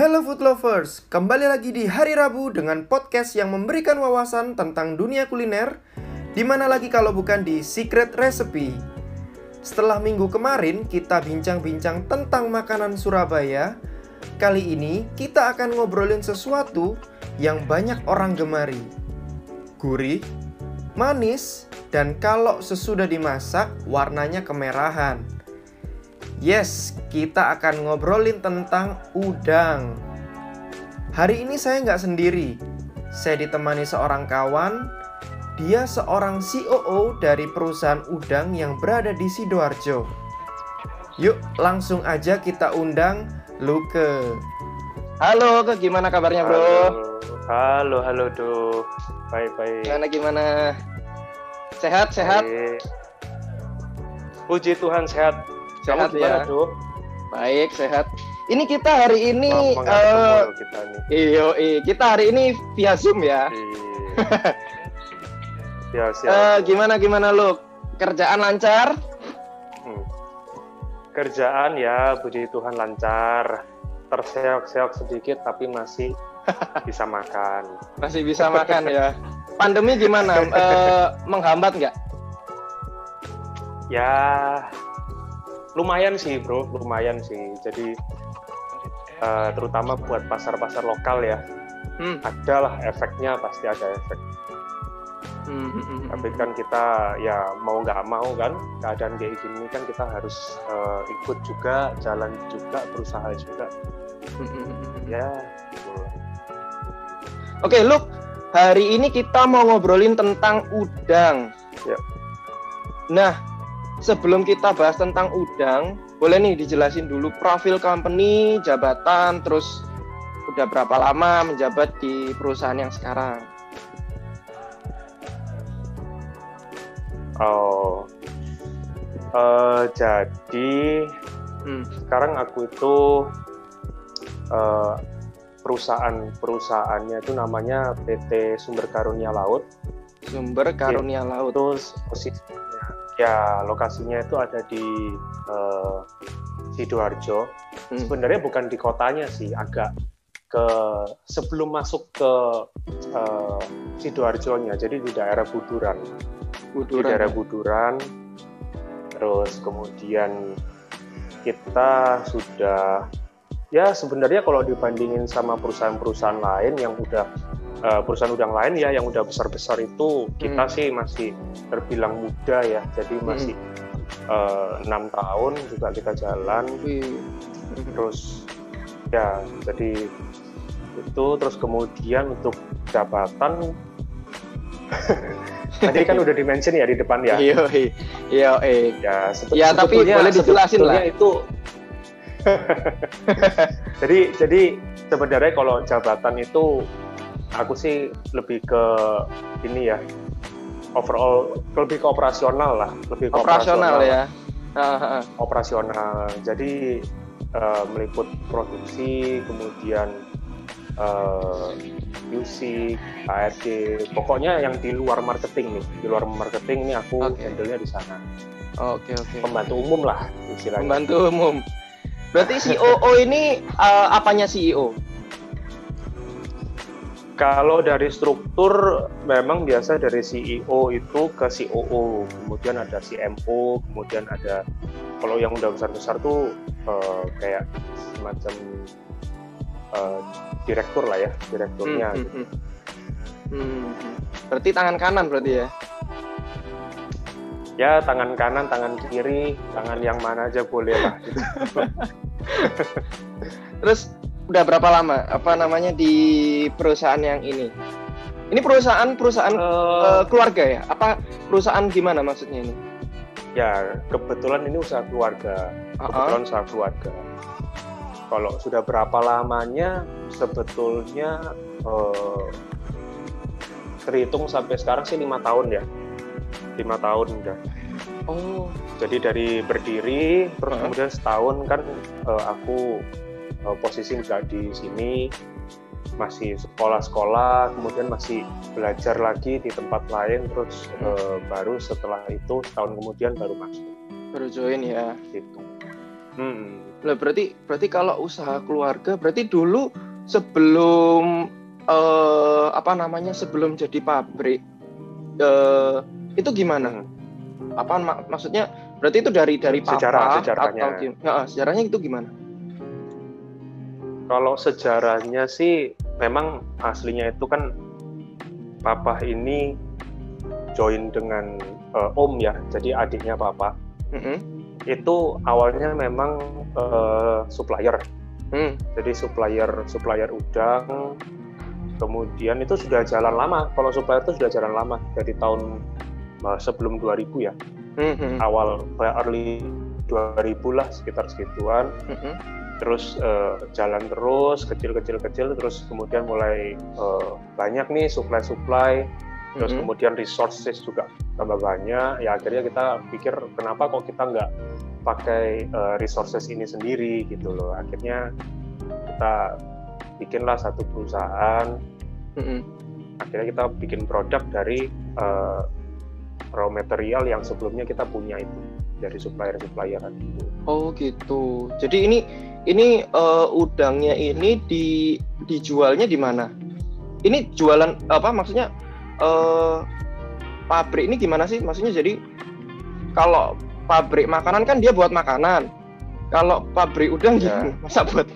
Hello food lovers, kembali lagi di hari Rabu dengan podcast yang memberikan wawasan tentang dunia kuliner. Dimana lagi kalau bukan di Secret Recipe. Setelah minggu kemarin kita bincang-bincang tentang makanan Surabaya, kali ini kita akan ngobrolin sesuatu yang banyak orang gemari. Gurih, manis, dan kalau sesudah dimasak warnanya kemerahan. Yes, kita akan ngobrolin tentang udang. Hari ini saya nggak sendiri. Saya ditemani seorang kawan. Dia seorang COO dari perusahaan udang yang berada di Sidoarjo. Yuk, langsung aja kita undang Luke. Halo, gimana kabarnya, bro? Halo, Do. Baik. Gimana? Sehat? Baik. Puji Tuhan sehat. Kamu gimana, Ya. Do? Baik, sehat. Ini kita hari ini kita nih. kita hari ini via Zoom ya. Siap. Gimana lu? Kerjaan lancar? Kerjaan ya, puji Tuhan lancar. Terseok-seok sedikit tapi masih bisa makan. Masih bisa makan ya. Pandemi gimana? Menghambat nggak? Ya, lumayan sih, bro. Lumayan sih. Jadi terutama buat pasar-pasar lokal ya. Adalah efeknya, pasti ada efek. Tapi kan kita ya mau nggak mau kan, keadaan kayak gini kan kita harus ikut juga, jalan juga, berusaha juga. Ya, gitu. Oke, Luk. Hari ini kita mau ngobrolin tentang udang. Ya. Nah, sebelum kita bahas tentang udang, boleh nih dijelasin dulu profil company, jabatan, terus udah berapa lama menjabat di perusahaan yang sekarang. Jadi sekarang aku itu perusahaannya itu namanya PT Sumber Karunia Laut. Sumber Karunia Laut. Terus posisinya, ya lokasinya itu ada di Sidoarjo. Sebenarnya bukan di kotanya sih, agak ke sebelum masuk ke Sidoarjonya. Jadi di daerah Buduran. Di daerah Buduran. Terus kemudian kita sudah, ya sebenarnya kalau dibandingin sama perusahaan-perusahaan lain yang udah perusahaan udang lain ya yang udah besar-besar itu, kita sih masih terbilang muda ya. Jadi masih 6 tahun juga kita jalan. Terus ya jadi itu, terus kemudian untuk jabatan tadi kan udah di-mention ya di depan ya. Iya. Ya, tapi boleh dijelasin lah itu. jadi sebenarnya kalau jabatan itu aku sih lebih ke ini ya, overall lebih ke operasional lah, operasional ya. Operasional. Jadi meliput produksi, kemudian UC, ARD, pokoknya yang di luar marketing nih. Di luar marketing ini aku handle-nya di sana. Oke. Pembantu umum lah istilahnya. Pembantu umum. Berarti COO ini apanya CEO? Kalau dari struktur memang biasa dari CEO itu ke COO, kemudian ada CMO, kemudian ada, kalau yang udah besar-besar tuh kayak semacam direktur lah ya, direkturnya. Gitu. Berarti tangan kanan berarti ya? Ya, tangan kanan, tangan kiri, tangan yang mana aja boleh lah. Gitu. Terus udah berapa lama di perusahaan yang ini? Ini perusahaan keluarga ya? Apa perusahaan gimana maksudnya ini? Ya, kebetulan ini usaha keluarga. Usaha keluarga. Kalau sudah berapa lamanya sebetulnya terhitung sampai sekarang sih 5 tahun ya. 5 tahun udah. Jadi dari berdiri terus kemudian setahun kan aku posisi nggak di sini, masih sekolah, kemudian masih belajar lagi di tempat lain, terus baru setelah itu setahun kemudian baru masuk. Baru join ya. Gitu. Lah berarti kalau usaha keluarga berarti dulu sebelum sebelum jadi pabrik itu gimana? Maksudnya berarti itu dari papa sejarahnya. atau sejarahnya itu gimana? Kalau sejarahnya sih memang aslinya itu kan papa ini join dengan om ya, jadi adiknya papa. Itu awalnya memang supplier. Jadi supplier udang. Kemudian itu sudah jalan lama. Kalau supplier itu sudah jalan lama dari tahun sebelum 2000 ya. Awal early 2000 lah, sekitar segituan. Terus jalan terus kecil terus kemudian mulai banyak nih supply. Terus kemudian resources juga tambah banyak. Ya akhirnya kita pikir kenapa kok kita nggak pakai resources ini sendiri gitu loh. Akhirnya kita bikinlah satu perusahaan. Akhirnya kita bikin produk dari raw material yang sebelumnya kita punya itu dari supplier-supplieran itu. Oh gitu. Jadi ini udangnya ini dijualnya di mana? Ini jualan apa maksudnya? Pabrik ini gimana sih? Maksudnya jadi kalau pabrik makanan kan dia buat makanan. Kalau pabrik udang gimana? Masa buat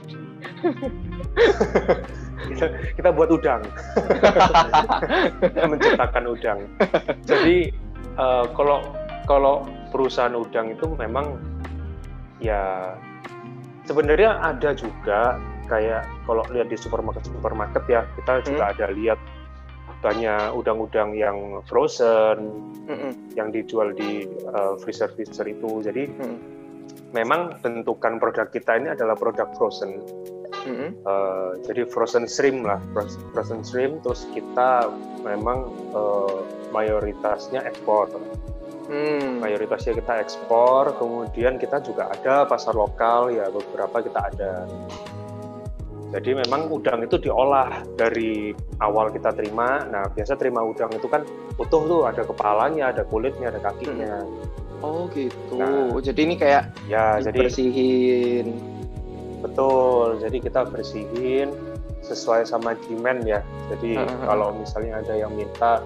kita buat udang. Kita menciptakan udang. Jadi kalau perusahaan udang itu memang ya sebenarnya ada juga kayak kalau lihat di supermarket ya, kita juga ada lihat banyak udang-udang yang frozen, yang dijual di freezer itu. Jadi memang bentukan produk kita ini adalah produk frozen. Jadi frozen shrimp lah, frozen shrimp. Terus kita memang mayoritasnya ekspor. Mayoritasnya kita ekspor. Kemudian kita juga ada pasar lokal ya, beberapa kita ada. Jadi memang udang itu diolah dari awal kita terima. Nah, biasa terima udang itu kan utuh tuh, ada kepalanya, ada kulitnya, ada kakinya. Oh gitu. Nah, jadi ini kayak ya bersihin. Betul. Jadi kita bersihin sesuai sama demand ya. Jadi kalau misalnya ada yang minta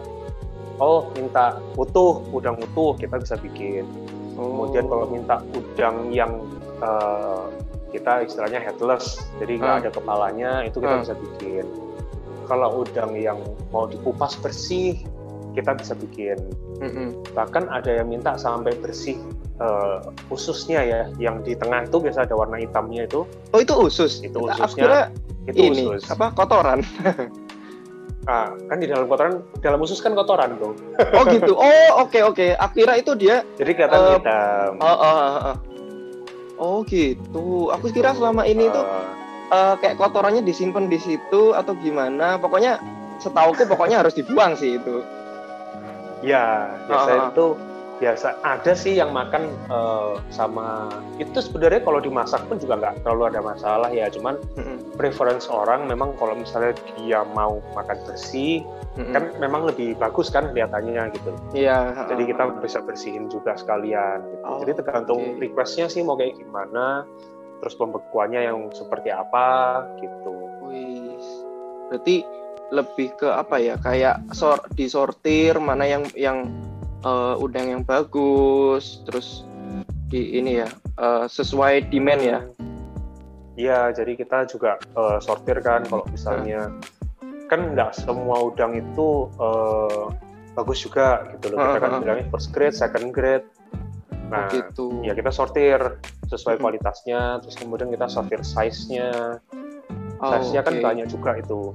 utuh, udang utuh, kita bisa bikin. Kemudian kalau minta udang yang kita istilahnya headless, jadi nggak ada kepalanya, itu kita bisa bikin. Kalau udang yang mau dikupas bersih, kita bisa bikin. Bahkan ada yang minta sampai bersih ususnya ya, yang di tengah itu biasa ada warna hitamnya itu. Oh itu usus? Itu ususnya. Itu ini, usus. Apa kotoran? Kan di dalam usus kan kotoran tuh. Oh gitu. Oh oke. Aku kira itu dia. Jadi kelihatan hitam. Oh gitu. Aku kira selama ini tuh kayak kotorannya disimpan di situ atau gimana. Pokoknya setauku harus dibuang sih itu. Ya, biasa itu biasa ada sih yang makan sama itu sebenarnya kalau dimasak pun juga nggak terlalu ada masalah ya. Cuman preference orang memang kalau misalnya dia mau makan bersih kan memang lebih bagus kan kelihatannya gitu. Iya. Jadi kita bisa bersihin juga sekalian. Gitu. Jadi tergantung requestnya sih mau kayak gimana. Terus pembekuannya yang seperti apa gitu. Wih, berarti lebih ke apa ya? Kayak disortir mana yang udang yang bagus, terus di ini ya sesuai demand ya. Iya, jadi kita juga sortir kan kalau misalnya kan nggak semua udang itu bagus juga gitu loh. Kita kan bilangnya first grade, second grade. Nah, gitu. Ya kita sortir sesuai kualitasnya, terus kemudian kita sortir size-nya. Size-nya kan banyak juga itu.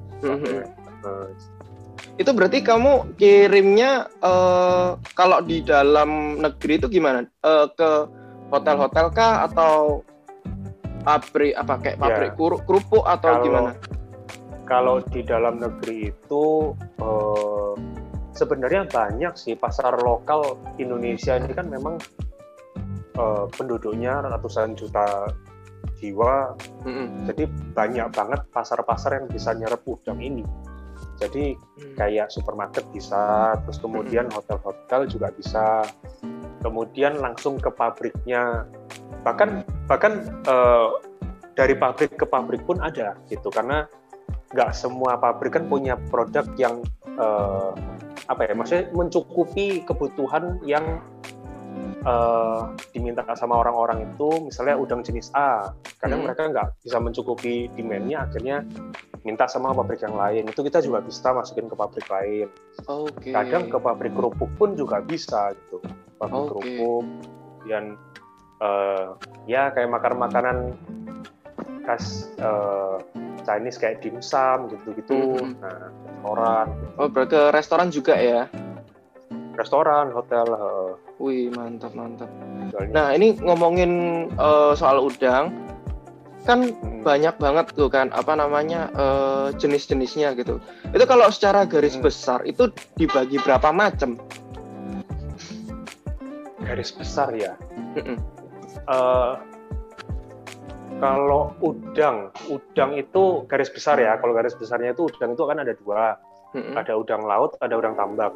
Itu berarti kamu kirimnya kalau di dalam negeri itu gimana? Ke hotel-hotel kah atau pabrik kerupuk atau gimana? Kalau di dalam negeri itu sebenarnya banyak sih pasar lokal Indonesia ini kan memang penduduknya ratusan juta jiwa, jadi banyak banget pasar-pasar yang bisa nyerap udang ini. Jadi kayak supermarket bisa, terus kemudian hotel-hotel juga bisa, kemudian langsung ke pabriknya. Bahkan bahkan dari pabrik ke pabrik pun ada gitu, karena nggak semua pabrik kan punya produk yang maksudnya mencukupi kebutuhan yang diminta sama orang-orang itu. Misalnya udang jenis A, kadang mereka nggak bisa mencukupi demand-nya, akhirnya minta sama pabrik yang lain. Itu kita juga bisa masukin ke pabrik lain. Kadang ke pabrik kerupuk pun juga bisa gitu, pabrik kerupuk. Kemudian ya kayak makanan khas Chinese kayak dimsum gitu-gitu. Nah, restoran. Berarti ke restoran juga ya? Restoran, hotel. Wih, mantap. Nah, ini ngomongin soal udang, kan banyak banget tuh kan, jenis-jenisnya gitu. Itu kalau secara garis besar, itu dibagi berapa macam? Garis besar ya? Kalau udang itu garis besar ya. Kalau garis besarnya itu udang itu kan ada dua, ada udang laut, ada udang tambak.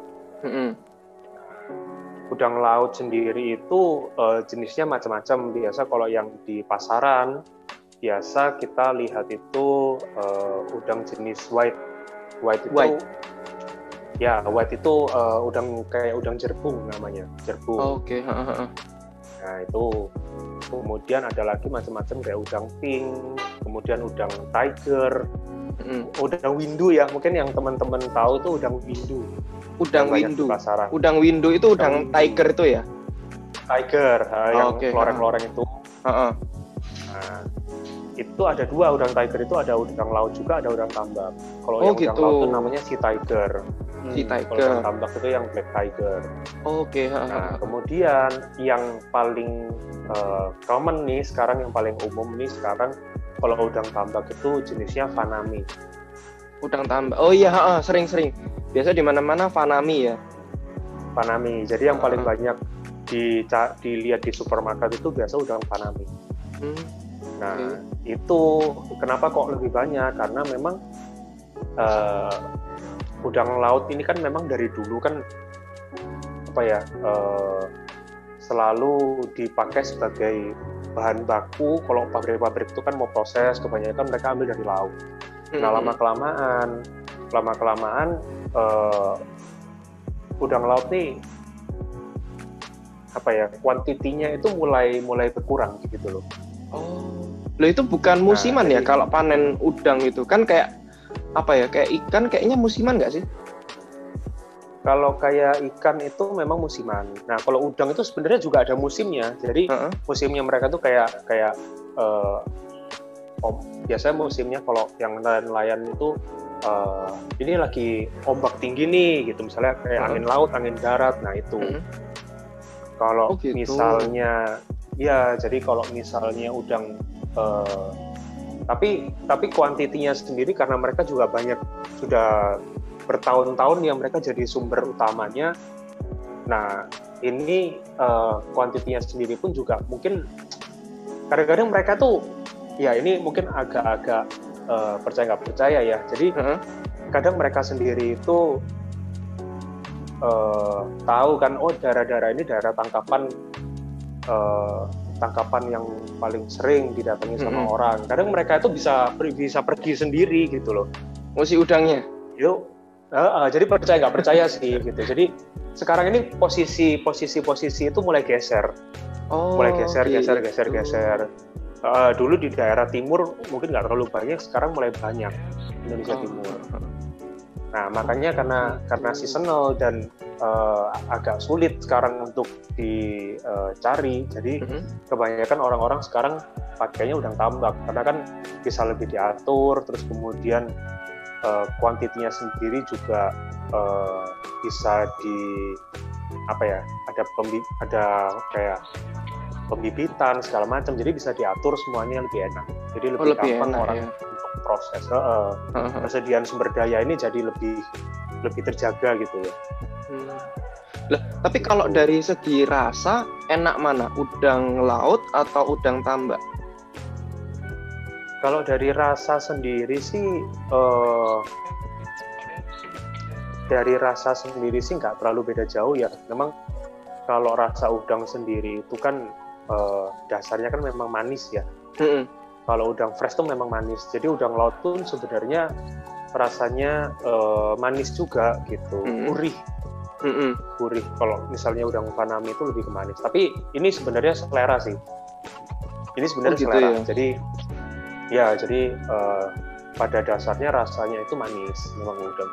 Udang laut sendiri itu jenisnya macam-macam. Biasa kalau yang di pasaran, biasa kita lihat itu udang jenis white. White itu udang kayak udang jerbung namanya, jerbung. Nah itu. Kemudian ada lagi macam-macam kayak udang pink, kemudian udang tiger, udang windu ya, mungkin yang teman-teman tahu itu udang windu. Udang windu. Udang windu itu udang tiger itu ya? Tiger, yang loreng-loreng itu. Nah, itu ada dua udang tiger itu, ada udang laut juga, ada udang tambak. Kalau yang udang laut itu namanya sea tiger. Kalau udang tambak itu yang black tiger. Nah, kemudian yang paling common nih sekarang, yang paling umum nih sekarang, kalau udang tambak itu jenisnya fanami. Udang tambak. Sering. Biasa di mana-mana fanami ya. Fanami. Jadi yang paling banyak dilihat di supermarket itu biasa udang fanami. Nah, itu kenapa kok lebih banyak? Karena memang udang laut ini kan memang dari dulu kan selalu dipakai sebagai bahan baku. Kalau pabrik-pabrik itu kan mau proses, kebanyakan mereka ambil dari laut. Nah, lama-kelamaan udang laut nih kuantitinya itu mulai berkurang gitu loh. Loh, itu bukan musiman ya? Kalau panen udang itu kan kayak kayak ikan kayaknya musiman nggak sih? Kalau kayak ikan itu memang musiman. Nah, kalau udang itu sebenarnya juga ada musimnya. Jadi musimnya mereka tuh kayak biasanya musimnya kalau yang nelayan itu ini lagi ombak tinggi nih gitu, misalnya kayak angin laut, angin darat. Nah itu kalau misalnya jadi kalau misalnya udang tapi kuantitinya sendiri, karena mereka juga banyak, sudah bertahun-tahun yang mereka jadi sumber utamanya. Nah ini kuantitinya sendiri pun juga mungkin kadang-kadang mereka tuh ini mungkin agak-agak percaya nggak percaya ya. Jadi kadang mereka sendiri itu tahu kan, daerah-daerah ini daerah tangkapan yang paling sering didatangi sama orang. Kadang mereka itu bisa pergi sendiri gitu loh. Si udangnya? Jadi percaya nggak percaya sih gitu. Jadi sekarang ini posisi itu mulai geser. Mulai geser. Dulu di daerah timur mungkin nggak terlalu banyak, sekarang mulai banyak Indonesia Timur. Nah makanya karena seasonal dan agak sulit sekarang untuk dicari, jadi kebanyakan orang-orang sekarang pakainya udang tambak karena kan bisa lebih diatur, terus kemudian kuantitinya sendiri juga bisa ada kayak pembibitan segala macam, jadi bisa diatur semuanya lebih enak, jadi lebih gampang orang untuk proses. Persediaan sumber daya ini jadi lebih terjaga gitu ya. Tapi kalau dari segi rasa enak mana, udang laut atau udang tambak? Kalau dari rasa sendiri sih nggak terlalu beda jauh ya. Memang kalau rasa udang sendiri itu kan dasarnya kan memang manis ya. Mm-mm. Kalau udang fresh tuh memang manis. Jadi udang laut pun sebenarnya rasanya manis juga gitu, gurih. Gurih. Kalau misalnya udang faname itu lebih ke manis. Tapi ini sebenarnya selera sih. Ini sebenarnya gitu selera. ya? Jadi pada dasarnya rasanya itu manis memang udang.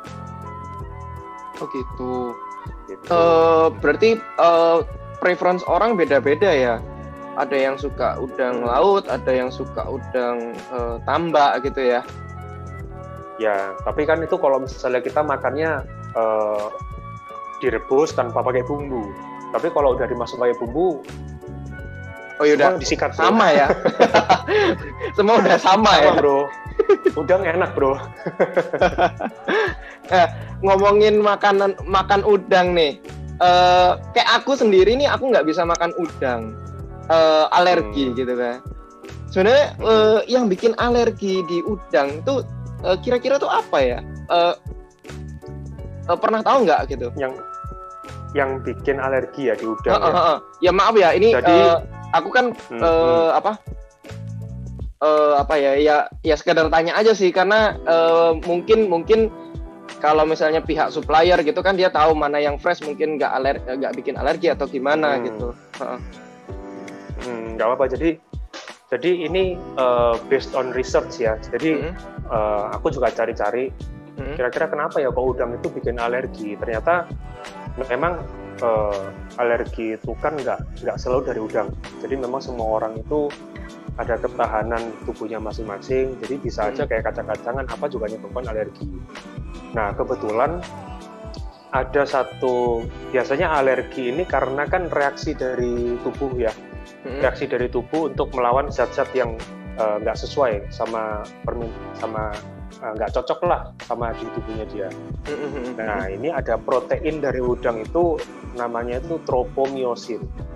Oh gitu. Gitu. Berarti preference orang beda-beda ya. Ada yang suka udang laut, ada yang suka udang tambak gitu ya. Ya, tapi kan itu kalau misalnya kita makannya direbus tanpa pakai bumbu. Tapi kalau udah dimasuk pakai bumbu, oh yaudah, disikat bro. sama ya. Semua udah sama ya, bro. Udang enak bro. Ngomongin makan udang nih. Kayak aku sendiri nih, aku nggak bisa makan udang. Alergi gitu kan. Sebenarnya yang bikin alergi di udang itu kira-kira tuh apa ya? Pernah tahu nggak gitu? Yang bikin alergi ya di udang ya? Ya maaf ya, ini jadi, aku kan ya sekedar tanya aja sih, karena mungkin kalau misalnya pihak supplier gitu kan dia tahu mana yang fresh, mungkin nggak bikin alergi atau gimana gitu. Nggak apa-apa. Jadi ini based on research ya. Jadi aku juga cari-cari kira-kira kenapa ya kok udang itu bikin alergi. Ternyata memang alergi itu kan nggak selalu dari udang. Jadi memang semua orang itu ada ketahanan tubuhnya masing-masing. Jadi bisa aja kayak kacang-kacangan apa juga menyebabkan alergi. Nah kebetulan ada biasanya alergi ini karena kan reaksi dari tubuh ya. Reaksi dari tubuh untuk melawan zat-zat yang nggak sesuai sama nggak cocok lah sama di tubuhnya dia. Nah ini ada protein dari udang itu namanya itu tropomyosin.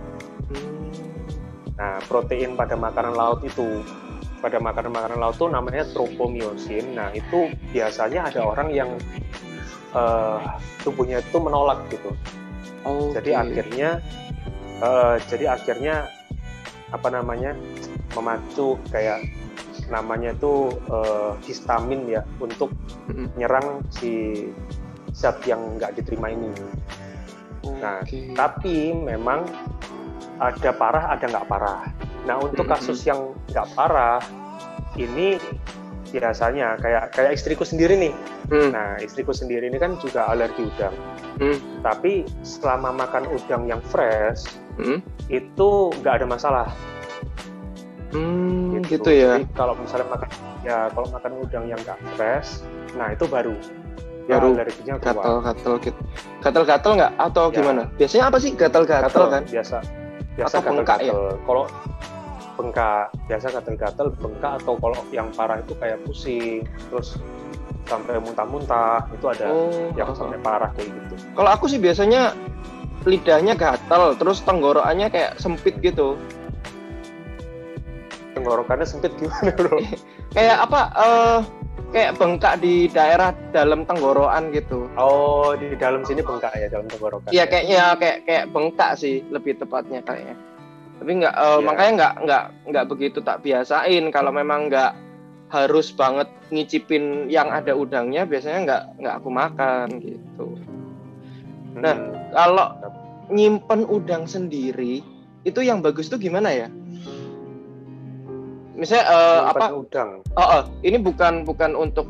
Nah protein pada makanan laut itu namanya tropomyosin. Nah itu biasanya ada orang yang tubuhnya itu menolak gitu. Jadi akhirnya memacu kayak namanya itu histamin ya untuk menyerang si zat yang nggak diterima ini. Nah, tapi memang ada parah, ada nggak parah. Nah, untuk kasus yang nggak parah ini biasanya kayak istriku sendiri nih. Nah, istriku sendiri ini kan juga alergi udang. Tapi selama makan udang yang fresh itu nggak ada masalah. Gitu ya. Jadi kalau misalnya makan udang yang nggak fresh, nah itu baru alerginya keluar. Gatal-gatal nggak atau gimana? Biasanya apa sih gatal-gatal kan? Biasa atau bengkak ya? Kalau bengkak, biasa gatal-gatal, bengkak, atau kalau yang parah itu kayak pusing, terus sampai muntah-muntah, itu ada yang sampai parah kayak gitu. Kalau aku sih biasanya lidahnya gatal, terus tenggorokannya kayak sempit gitu. Tenggorokannya sempit gimana bro? Kayak apa? Kayak bengkak di daerah dalam tenggorokan gitu. Oh, di dalam sini bengkak ya, dalam tenggorokan. Iya, kayak bengkak sih lebih tepatnya kayaknya. Tapi makanya nggak begitu tak biasain. Kalau memang nggak harus banget ngicipin yang ada udangnya, biasanya nggak aku makan gitu. Nah, kalau nyimpen udang sendiri itu yang bagus tuh gimana ya? Misalnya udang. Ini bukan untuk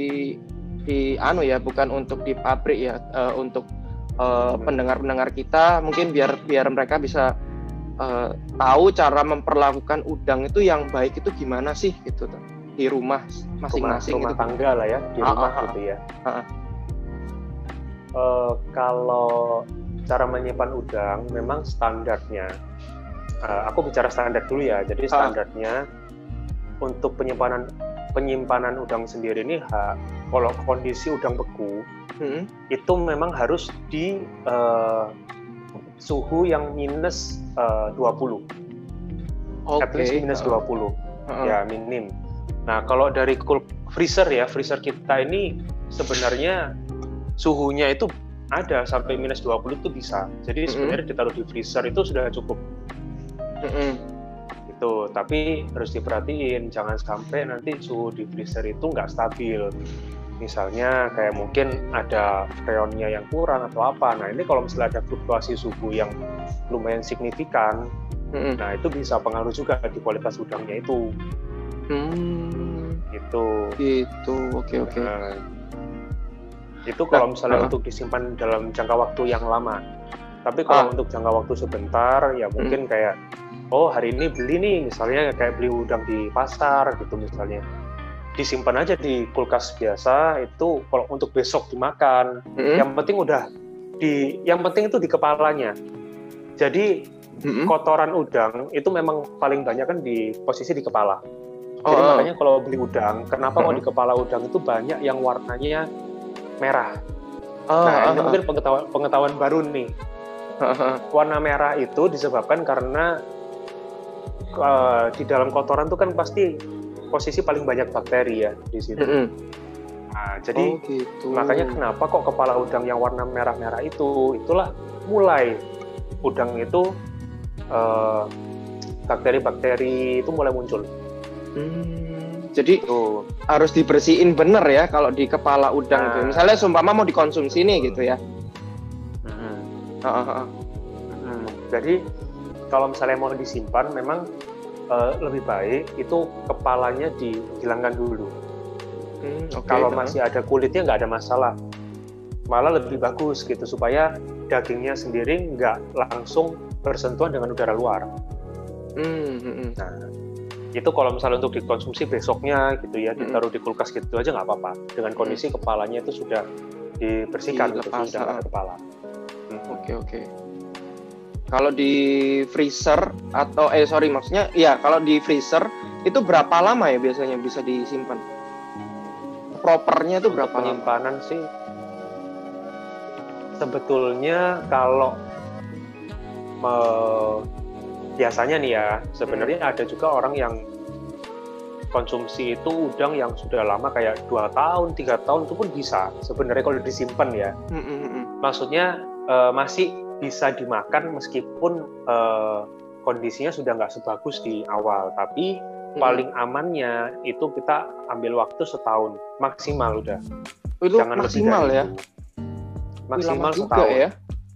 bukan untuk di pabrik ya, untuk pendengar-pendengar kita mungkin biar mereka bisa tahu cara memperlakukan udang itu yang baik itu gimana sih gitu di rumah masing-masing rumah gitu. Tangga lah ya, di rumah gitu ya. Kalau cara menyimpan udang memang standarnya, aku bicara standar dulu ya. Jadi standarnya untuk penyimpanan udang sendiri ini, kalau kondisi udang beku itu memang harus di suhu yang minus 20. At least minus 20 ya minim. Nah kalau dari freezer kita ini sebenarnya suhunya itu ada sampai minus 20 itu bisa. Jadi sebenarnya ditaruh di freezer itu sudah cukup. Itu, tapi harus diperhatiin jangan sampai nanti suhu di freezer itu nggak stabil. Misalnya kayak mungkin ada freonnya yang kurang atau apa. Nah ini kalau misalnya ada fluktuasi suhu yang lumayan signifikan, nah itu bisa pengaruh juga di kualitas udangnya itu. Gitu. Oke. Nah, itu kalau misalnya untuk disimpan dalam jangka waktu yang lama. Tapi kalau untuk jangka waktu sebentar, ya mungkin kayak hari ini beli nih, misalnya kayak beli udang di pasar gitu misalnya. Disimpan aja di kulkas biasa, itu kalau untuk besok dimakan. Yang penting itu di kepalanya. Jadi kotoran udang itu memang paling banyak kan di posisi di kepala. Jadi makanya kalau beli udang, kenapa kalau di kepala udang itu banyak yang warnanya merah. Nah ini mungkin pengetahuan baru nih. Warna merah itu disebabkan karena di dalam kotoran itu kan pasti posisi paling banyak bakteri ya di situ. Nah, jadi makanya kenapa kok kepala udang yang warna merah-merah itulah mulai udang itu bakteri-bakteri itu mulai muncul. Jadi harus dibersihin bener ya kalau di kepala udang itu. Misalnya seumpama mau dikonsumsi nih gitu ya. Jadi kalau misalnya mau disimpan memang lebih baik itu kepalanya dihilangkan dulu. Kalau masih ada kulitnya nggak ada masalah, malah lebih bagus gitu supaya dagingnya sendiri nggak langsung bersentuhan dengan udara luar. Nah itu kalau misalnya untuk dikonsumsi besoknya gitu ya, ditaruh di kulkas gitu aja nggak apa-apa dengan kondisi kepalanya itu sudah dibersihkan gitu, sudah ada kepala. Oke. Kalau di freezer atau maksudnya ya kalau di freezer itu berapa lama ya biasanya bisa disimpan? Propernya itu berapa penyimpanan lama? Sih sebetulnya kalau biasanya nih ya sebenarnya ada juga orang yang konsumsi itu udang yang sudah lama kayak 2 tahun, 3 tahun itu pun bisa sebenarnya kalau disimpan ya. Maksudnya masih bisa dimakan meskipun kondisinya sudah nggak sebagus di awal, tapi paling amannya itu kita ambil waktu setahun maksimal udah. Itu jangan maksimal ya? Maksimal setahun. Ya?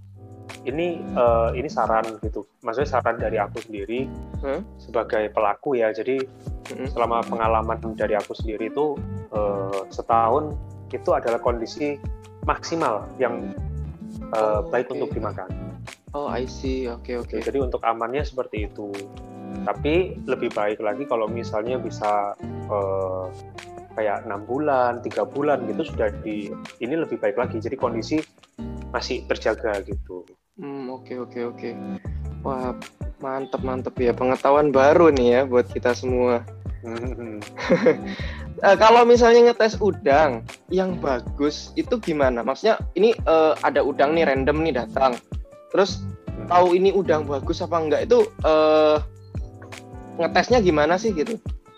Ini saran gitu, maksudnya saran dari aku sendiri sebagai pelaku ya. Jadi selama pengalaman dari aku sendiri itu setahun itu adalah kondisi maksimal yang baik untuk dimakan. I see. Oke. Jadi untuk amannya seperti itu. Tapi lebih baik lagi kalau misalnya bisa kayak 6 bulan, 3 bulan gitu sudah ini lebih baik lagi. Jadi kondisi masih terjaga gitu. Oke. Wah, mantep ya, pengetahuan baru nih ya buat kita semua. Kalau misalnya ngetes udang yang bagus itu gimana? Maksudnya ini ada udang nih random nih datang, terus tahu ini udang bagus apa enggak itu ngetesnya gimana sih gitu?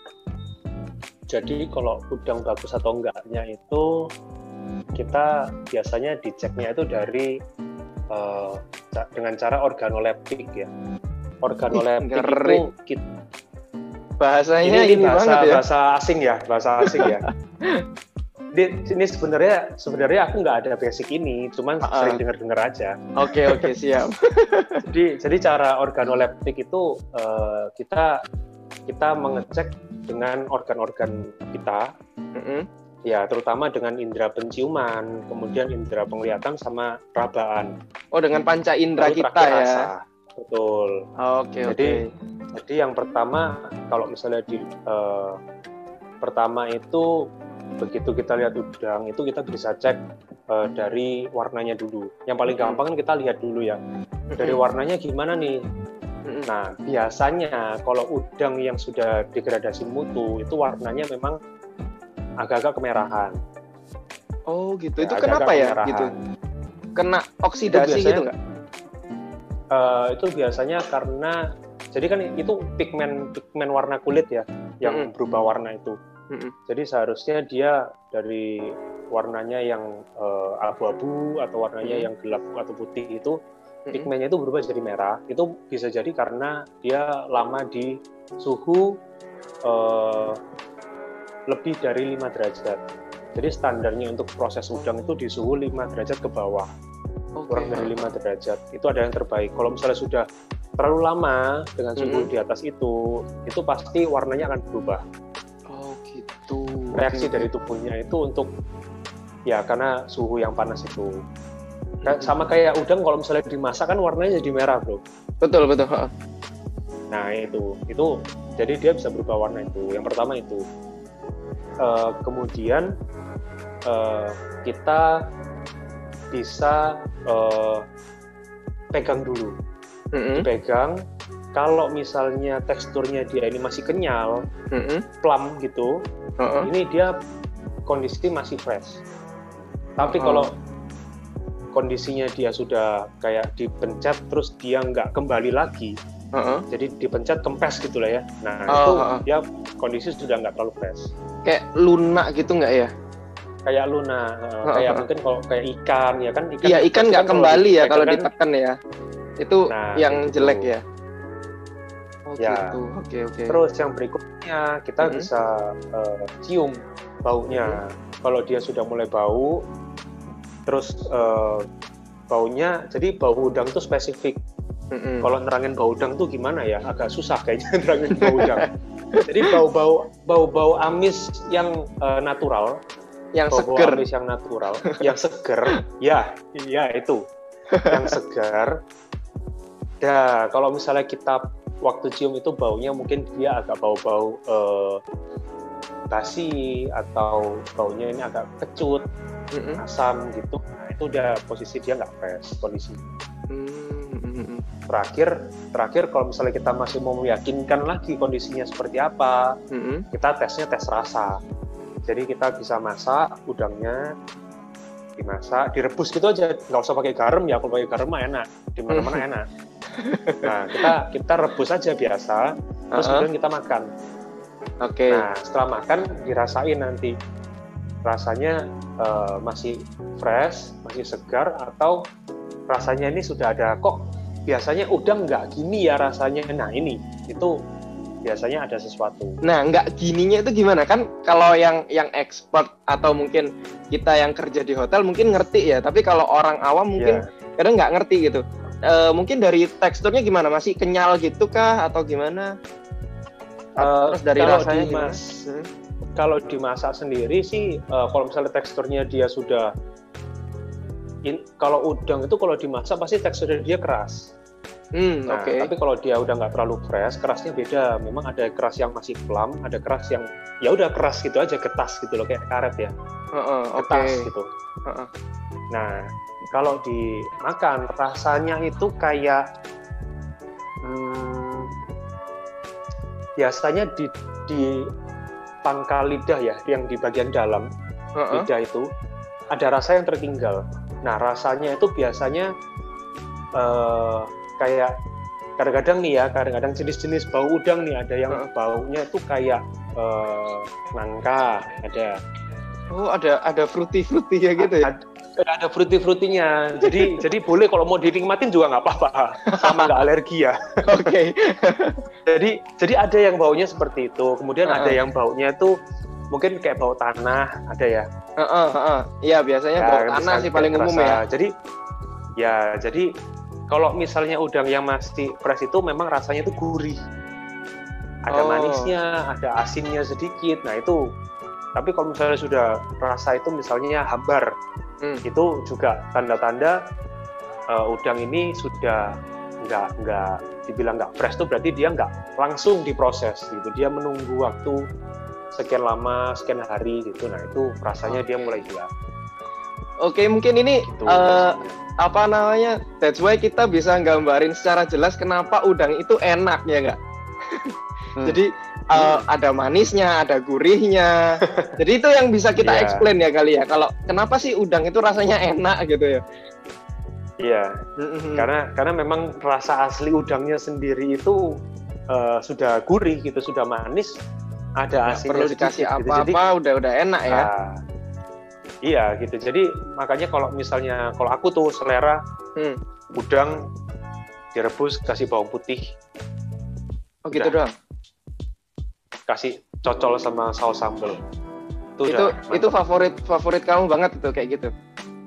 Jadi kalau udang bagus atau enggaknya itu kita biasanya diceknya itu dari dengan cara organoleptik ya. Organoleptik itu bahasanya ini banget ya. Bahasa asing ya. Ini sebenarnya aku nggak ada basic ini, cuman sering dengar aja. Oke, siap. jadi cara organoleptik itu kita mengecek dengan organ-organ kita, ya terutama dengan indera penciuman, kemudian indera penglihatan sama rabaan. Dengan panca indera kita ya. Rasa. Betul. Oke. Jadi yang pertama kalau misalnya pertama itu begitu kita lihat udang itu kita bisa cek dari warnanya dulu. Yang paling gampang kan kita lihat dulu ya. Dari warnanya gimana nih? Nah, biasanya kalau udang yang sudah degradasi mutu itu warnanya memang agak-agak kemerahan. Oh gitu. Itu kenapa ya gitu? Kena oksidasi gitu nggak? Itu biasanya karena jadi kan itu pigmen warna kulit ya yang berubah warna itu. Jadi seharusnya dia dari warnanya yang abu-abu atau warnanya yang gelap atau putih itu pigmennya itu berubah jadi merah. Itu bisa jadi karena dia lama di suhu lebih dari 5 derajat. Jadi standarnya untuk proses udang itu di suhu 5 derajat ke bawah. Kurang dari 5 derajat. Itu ada yang terbaik. Kalau misalnya sudah terlalu lama dengan suhu di atas itu pasti warnanya akan berubah. Oh gitu. Reaksi dari tubuhnya itu untuk ya karena suhu yang panas itu. Sama kayak udang kalau misalnya dimasak kan warnanya jadi merah, Bro. Betul. Nah, itu jadi dia bisa berubah warna itu. Yang pertama itu. Kemudian kita bisa pegang dulu. Dipegang. Kalau misalnya teksturnya dia ini masih kenyal, plum gitu, ini dia kondisi masih fresh. Tapi kalau kondisinya dia sudah kayak dipencet terus dia nggak kembali lagi, jadi dipencet kempes gitu lah ya. Nah itu dia kondisi sudah nggak terlalu fresh. Kayak lunak gitu nggak ya? Kayak lunak, kayak mungkin kalau kayak ikan ya kan? Iya ikan nggak kembali ya kalau kan, ditekan ya. Itu yang gitu. jelek ya. Ya. Gitu. Oke. Terus yang berikutnya kita bisa cium baunya. Kalau dia sudah mulai bau, terus baunya, jadi bau udang itu spesifik. Kalau nerangin bau udang tuh gimana ya? Agak susah kayaknya nerangin bau udang. Jadi bau amis yang natural, yang bau seger, amis yang natural, yang seger, ya itu, yang segar. Ya kalau misalnya kita waktu cium itu baunya mungkin dia agak bau-bau basi atau baunya ini agak kecut, asam gitu. Nah, itu udah posisi dia nggak fresh kondisi. Terakhir kalau misalnya kita masih mau meyakinkan lagi kondisinya seperti apa, kita tesnya tes rasa. Jadi kita bisa masak udangnya, dimasak, direbus gitu aja, nggak usah pakai garam ya. Kalau pakai garam mah enak, di mana-mana enak. Nah kita rebus aja biasa, terus kemudian kita makan. Nah setelah makan dirasain nanti rasanya masih fresh, masih segar, atau rasanya ini sudah ada kok biasanya udang nggak gini ya rasanya. Nah ini itu biasanya ada sesuatu. Nah nggak gininya itu gimana kan? Kalau yang expert atau mungkin kita yang kerja di hotel mungkin ngerti ya, tapi kalau orang awam mungkin kadang nggak ngerti gitu. Mungkin dari teksturnya gimana? Masih kenyal gitu kah atau gimana? Terus dari rasanya gimana? Kalau dimasak sendiri sih, kalau misalnya teksturnya dia sudah, kalau udang itu kalau dimasak pasti teksturnya dia keras. Tapi kalau dia udah nggak terlalu fresh, kerasnya beda. Memang ada keras yang masih plum, ada keras yang ya udah keras gitu aja, getas gitu loh, kayak karet ya. Getas gitu. Nah, kalau dimakan rasanya itu kayak biasanya di pangkal lidah ya, yang di bagian dalam lidah itu ada rasa yang tertinggal. Nah, rasanya itu biasanya kayak kadang-kadang nih ya, kadang-kadang jenis-jenis bau udang nih, ada yang baunya itu kayak nangka, ada. Oh, ada fruity ya gitu ya? Ada fruity-fruitynya. Jadi boleh kalau mau dinikmatin juga nggak apa-apa, sama nggak alergi ya. Oke. Jadi ada yang baunya seperti itu. Kemudian ada yang baunya itu mungkin kayak bau tanah, ada ya. Iya, biasanya bau tanah sih paling umum ya. Jadi kalau misalnya udang yang masih fresh itu memang rasanya itu gurih. Ada manisnya, ada asinnya sedikit. Nah itu. Tapi kalau misalnya sudah rasa itu misalnya hambar, itu juga tanda-tanda udang ini sudah nggak dibilang nggak fresh, itu berarti dia nggak langsung diproses gitu. Dia menunggu waktu sekian lama, sekian hari gitu. Nah itu rasanya dia mulai hilang. Oke, mungkin ini gitu, that's why kita bisa gambarin secara jelas kenapa udang itu enak ya nggak? Jadi ada manisnya, ada gurihnya. Jadi itu yang bisa kita explain ya kali ya. Kalau kenapa sih udang itu rasanya enak gitu ya? Iya. Karena memang rasa asli udangnya sendiri itu sudah gurih gitu, sudah manis, ada asinnya. Perlu dikasih apa-apa gitu. udah enak ya. Iya gitu. Jadi makanya kalau misalnya kalau aku tuh selera udang direbus, kasih bawang putih. Oh gitu doang. Kasih cocol sama saus sambal. Itu favorit kamu banget itu kayak gitu.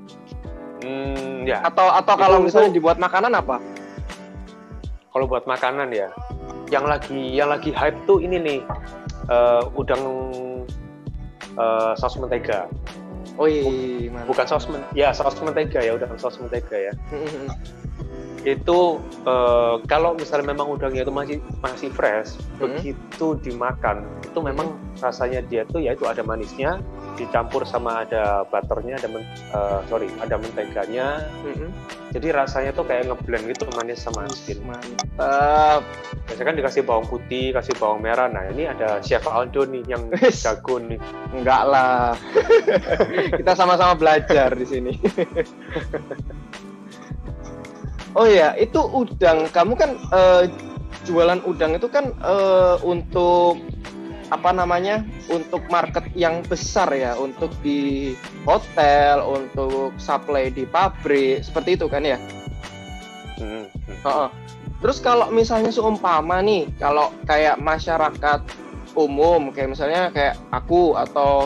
Ya. Atau kalau misalnya dibuat makanan apa? Kalau buat makanan ya, yang lagi hype tuh ini nih, udang saus mentega. Oh iya, bukan saus mentega ya, udang saus mentega ya. Itu kalau misalnya memang udangnya itu masih fresh, begitu dimakan itu memang rasanya dia tuh ya itu ada manisnya dicampur sama ada butternya, ada menteganya. Jadi rasanya tuh kayak ngeblend gitu, manis sama asin. Mantap. Biasanya kan dikasih bawang putih, kasih bawang merah. Nah ini ada Chef Aldo nih yang jago nih. Enggak lah. Kita sama-sama belajar di sini. Oh iya, itu udang. Kamu kan jualan udang itu kan untuk apa namanya? Untuk market yang besar ya, untuk di hotel, untuk supply di pabrik, seperti itu kan ya? Terus kalau misalnya seumpama nih, kalau kayak masyarakat umum, kayak misalnya kayak aku atau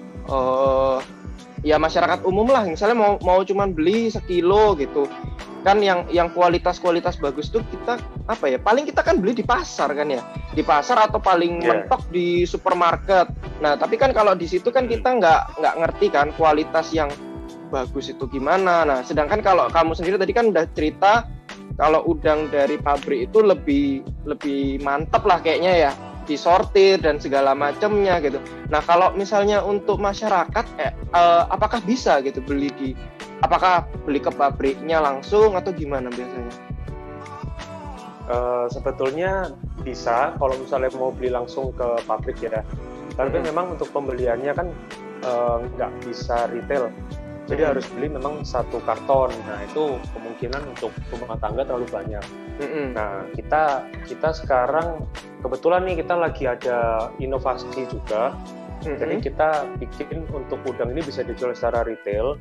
ya masyarakat umum lah, misalnya mau cuman beli sekilo gitu. Kan yang kualitas bagus tuh kita apa ya, paling kita kan beli di pasar kan ya, di pasar atau paling mentok di supermarket. Nah tapi kan kalau di situ kan kita nggak ngerti kan kualitas yang bagus itu gimana. Nah sedangkan kalau kamu sendiri tadi kan udah cerita kalau udang dari pabrik itu lebih mantap lah kayaknya ya, disortir dan segala macamnya gitu. Nah kalau misalnya untuk masyarakat apakah bisa gitu apakah beli ke pabriknya langsung atau gimana biasanya? Sebetulnya bisa kalau misalnya mau beli langsung ke pabrik ya. Tapi memang untuk pembeliannya kan nggak bisa retail. Jadi harus beli memang satu karton. Nah itu kemungkinan untuk rumah tangga terlalu banyak. Nah kita sekarang kebetulan nih kita lagi ada inovasi juga. Jadi kita bikin untuk udang ini bisa dijual secara retail.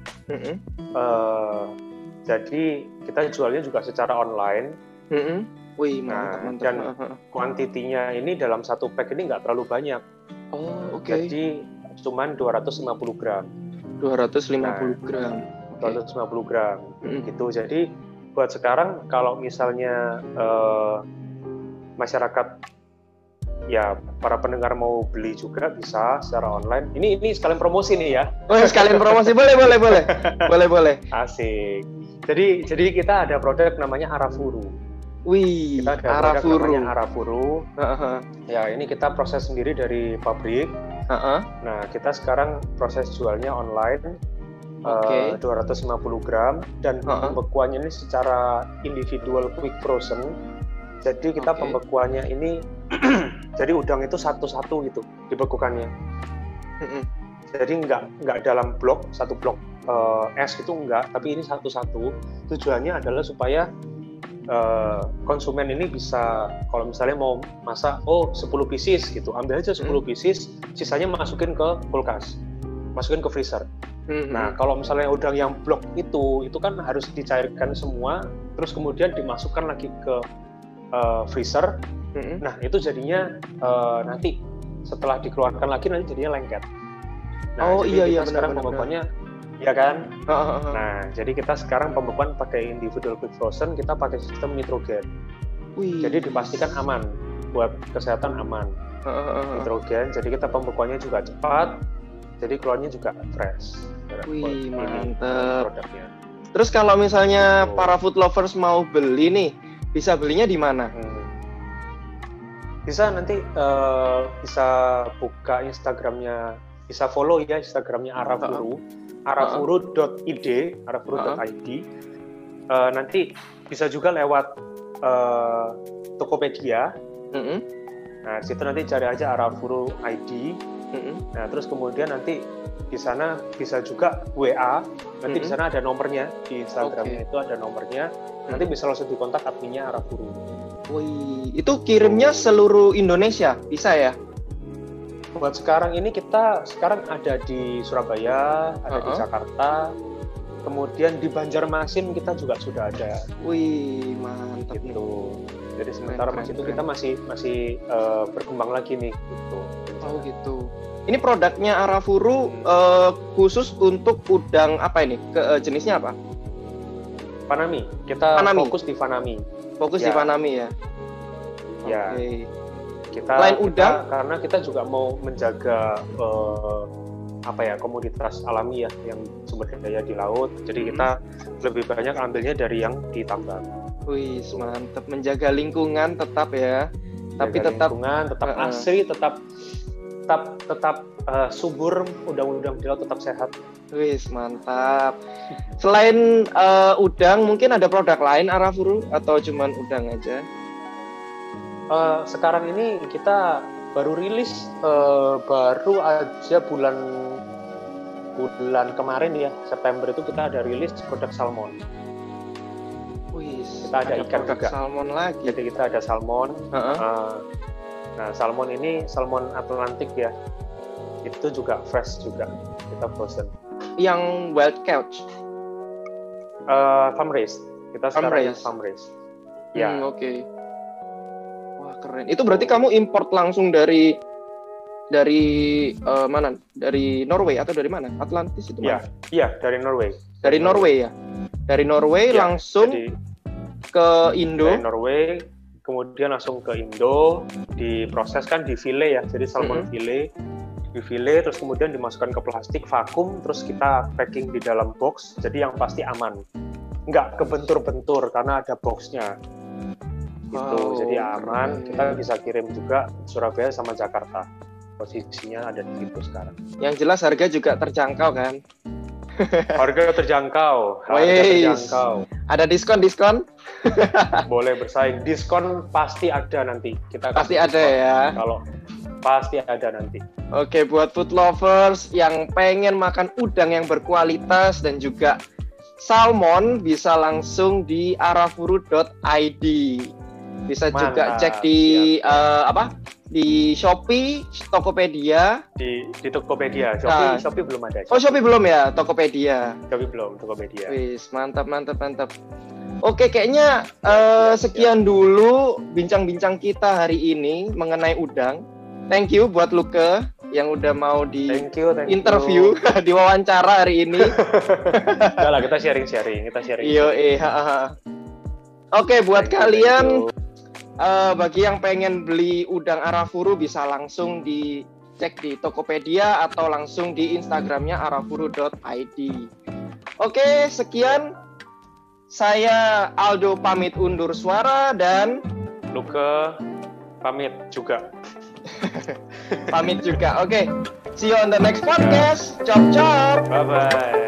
Jadi kita jualnya juga secara online. Wih, mantap. Dan kuantitinya ini dalam satu pack ini nggak terlalu banyak. Oh, oke. Jadi cuman 250 gram. 250 gram. 250 gram. Gitu. Jadi buat sekarang kalau misalnya masyarakat ya para pendengar mau beli juga bisa secara online. Ini sekalian promosi nih ya. Oh, sekalian promosi. Boleh. Asik. Jadi kita ada produk namanya Arafuru. Wih, kita ada produk namanya Arafuru. Ya, ini kita proses sendiri dari pabrik. Nah, kita sekarang proses jualnya online. 250 gram dan pembekuannya ini secara individual quick frozen. Jadi kita pembekuannya ini jadi udang itu satu-satu gitu dibekukannya. Jadi nggak dalam blok, satu blok es itu enggak, tapi ini satu-satu. Tujuannya adalah supaya konsumen ini bisa, kalau misalnya mau masak 10 pieces gitu, ambil aja 10 pieces, sisanya masukin ke kulkas, masukin ke freezer. Nah kalau misalnya udang yang blok itu kan harus dicairkan semua, terus kemudian dimasukkan lagi ke freezer. Nah itu jadinya nanti setelah dikeluarkan lagi nanti jadinya lengket. Nah, iya sekarang pembekuannya ya kan. Nah jadi kita sekarang pembekuan pakai individual quick frozen, kita pakai sistem nitrogen. Jadi dipastikan aman, buat kesehatan aman. Nitrogen, jadi kita pembekuannya juga cepat, jadi keluarnya juga fresh. Wih, mantap. Produknya. Terus kalau misalnya para food lovers mau beli nih, bisa belinya di mana? Bisa nanti bisa buka Instagramnya, bisa follow ya Instagramnya Arafuru, arafuru.id, arafuru.id. Nanti bisa juga lewat Tokopedia. Nah situ nanti cari aja Arafuru ID. Nah terus kemudian nanti di sana bisa juga WA. Nanti di sana ada nomornya, di Instagramnya itu ada nomornya. Nanti bisa langsung dikontak adminnya Arafuru. Wih, itu kirimnya seluruh Indonesia, bisa ya? Buat sekarang ini kita sekarang ada di Surabaya, ada di Jakarta, Kemudian di Banjarmasin kita juga sudah ada. Wih, mantap Gitu. Jadi sementara Keren, masih itu keren. kita masih berkembang lagi nih gitu. Oh gitu. Ini produknya Arafuru khusus untuk udang apa ini? Jenisnya apa? Fanami. Kita Fanami. fokus di Fanami. Fokus di Ya. Fanami ya. Ya. Oke. Kita Selain udang? karena kita juga mau menjaga komoditas alami ya yang sumber daya di laut. Jadi kita lebih banyak ambilnya dari yang di tambang. Wih, mantap, menjaga lingkungan tetap ya. Tapi Jaga tetap lingkungan, tetap asri, tetap subur, udang-udang di laut tetap sehat. wih, mantap. Selain udang, mungkin ada produk lain Arafuru atau cuman udang aja? Sekarang ini kita baru rilis baru aja bulan kemarin ya, September itu kita ada rilis produk salmon. Wih, Kita ada ikan produk juga. salmon lagi. Jadi kita ada salmon. Heeh. Nah, salmon ini salmon Atlantik ya. Itu juga fresh juga. Kita frozen. Yang wild catch. Farm raised. Kita Farm sekarang raised. farm raised. Ya. Oke. Wah, keren. Itu berarti kamu import langsung dari mana? Dari Norway atau dari mana? Atlantis itu mana? Iya, dari Norway. Dari Norway ya. Dari Norway Ya, langsung jadi ke Indo. dari Norway, kemudian langsung ke Indo, diproses kan di file ya. Jadi salmon file, di file, terus kemudian dimasukkan ke plastik, vakum, terus kita packing di dalam box. Jadi yang pasti aman. Nggak kebentur-bentur karena ada boxnya. Gitu. Wow, Jadi aman. keren. Kita bisa kirim juga Surabaya sama Jakarta. Posisinya ada di situ sekarang. Yang jelas harga juga terjangkau kan? Harga terjangkau. Wais. Ada diskon? Boleh bersaing. Diskon pasti ada nanti. Kita Pasti kasih ada diskon. ya. Kalau pasti ada nanti. Oke, buat food lovers yang pengen makan udang yang berkualitas dan juga salmon bisa langsung di arafuru.id. Bisa juga Mantap, cek di di Shopee, Tokopedia. Di Tokopedia. Ah. Shopee belum ada. Oh, Shopee belum ya, Tokopedia. Shopee belum, Tokopedia. Wis, mantap. Oke, kayaknya sekian siap. dulu bincang-bincang kita hari ini mengenai udang. Thank you buat Luke yang udah mau di Thank you. interview, diwawancara hari ini. Udah lah, kita sharing. Iyo, Oke, buat Thank you, kalian thank you. bagi yang pengen beli udang Arafuru bisa langsung dicek di Tokopedia atau langsung di Instagramnya arafuru.id. Oke, sekian. Saya Aldo pamit undur suara dan Luke pamit juga. pamit juga. Oke, see you on the next podcast. Chop chop. Bye-bye.